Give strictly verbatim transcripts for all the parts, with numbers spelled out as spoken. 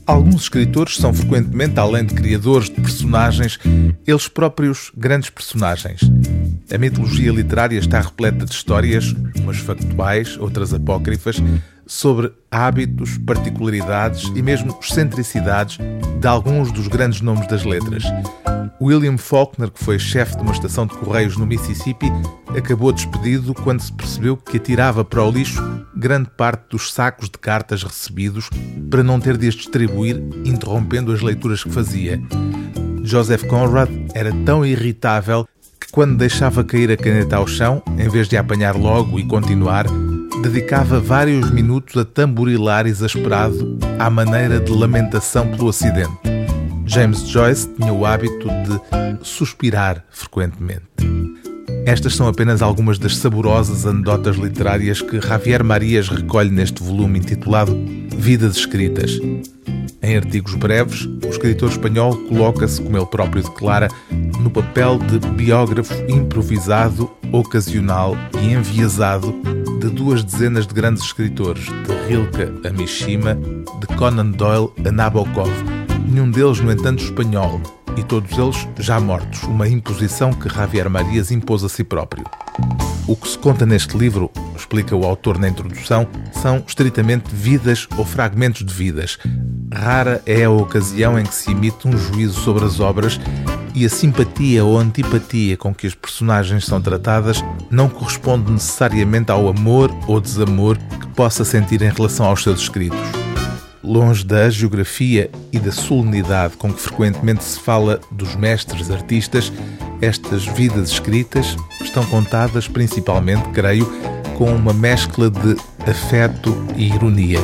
Alguns escritores são frequentemente, além de criadores de personagens, eles próprios grandes personagens. A mitologia literária está repleta de histórias, umas factuais, outras apócrifas, sobre hábitos, particularidades e mesmo excentricidades de alguns dos grandes nomes das letras. William Faulkner, que foi chefe de uma estação de correios no Mississippi, acabou despedido quando se percebeu que atirava para o lixo grande parte dos sacos de cartas recebidos para não ter de as distribuir, interrompendo as leituras que fazia. Joseph Conrad era tão irritável que, quando deixava cair a caneta ao chão, em vez de a apanhar logo e continuar, dedicava vários minutos a tamborilar exasperado à maneira de lamentação pelo acidente. James Joyce tinha o hábito de suspirar frequentemente. Estas são apenas algumas das saborosas anedotas literárias que Javier Marías recolhe neste volume intitulado Vidas Escritas. Em artigos breves, o escritor espanhol coloca-se, como ele próprio declara, no papel de biógrafo improvisado, ocasional e enviesado de duas dezenas de grandes escritores, de Rilke a Mishima, de Conan Doyle a Nabokov, nenhum deles, no entanto, espanhol, e todos eles já mortos, uma imposição que Javier Marías impôs a si próprio. O que se conta neste livro, explica o autor na introdução, são estritamente vidas ou fragmentos de vidas. Rara é a ocasião em que se emite um juízo sobre as obras e a simpatia ou antipatia com que as personagens são tratadas não corresponde necessariamente ao amor ou desamor que possa sentir em relação aos seus escritos. Longe da geografia e da solenidade com que frequentemente se fala dos mestres artistas, estas vidas escritas estão contadas principalmente, creio, com uma mescla de afeto e ironia.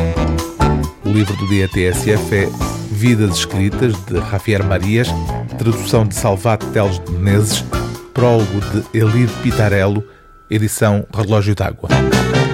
O livro do dia T S F é Vidas Escritas, de Javier Marías, tradução de Salvat Teles de Menezes, prólogo de Elide Pitarello, edição Relógio d'Água.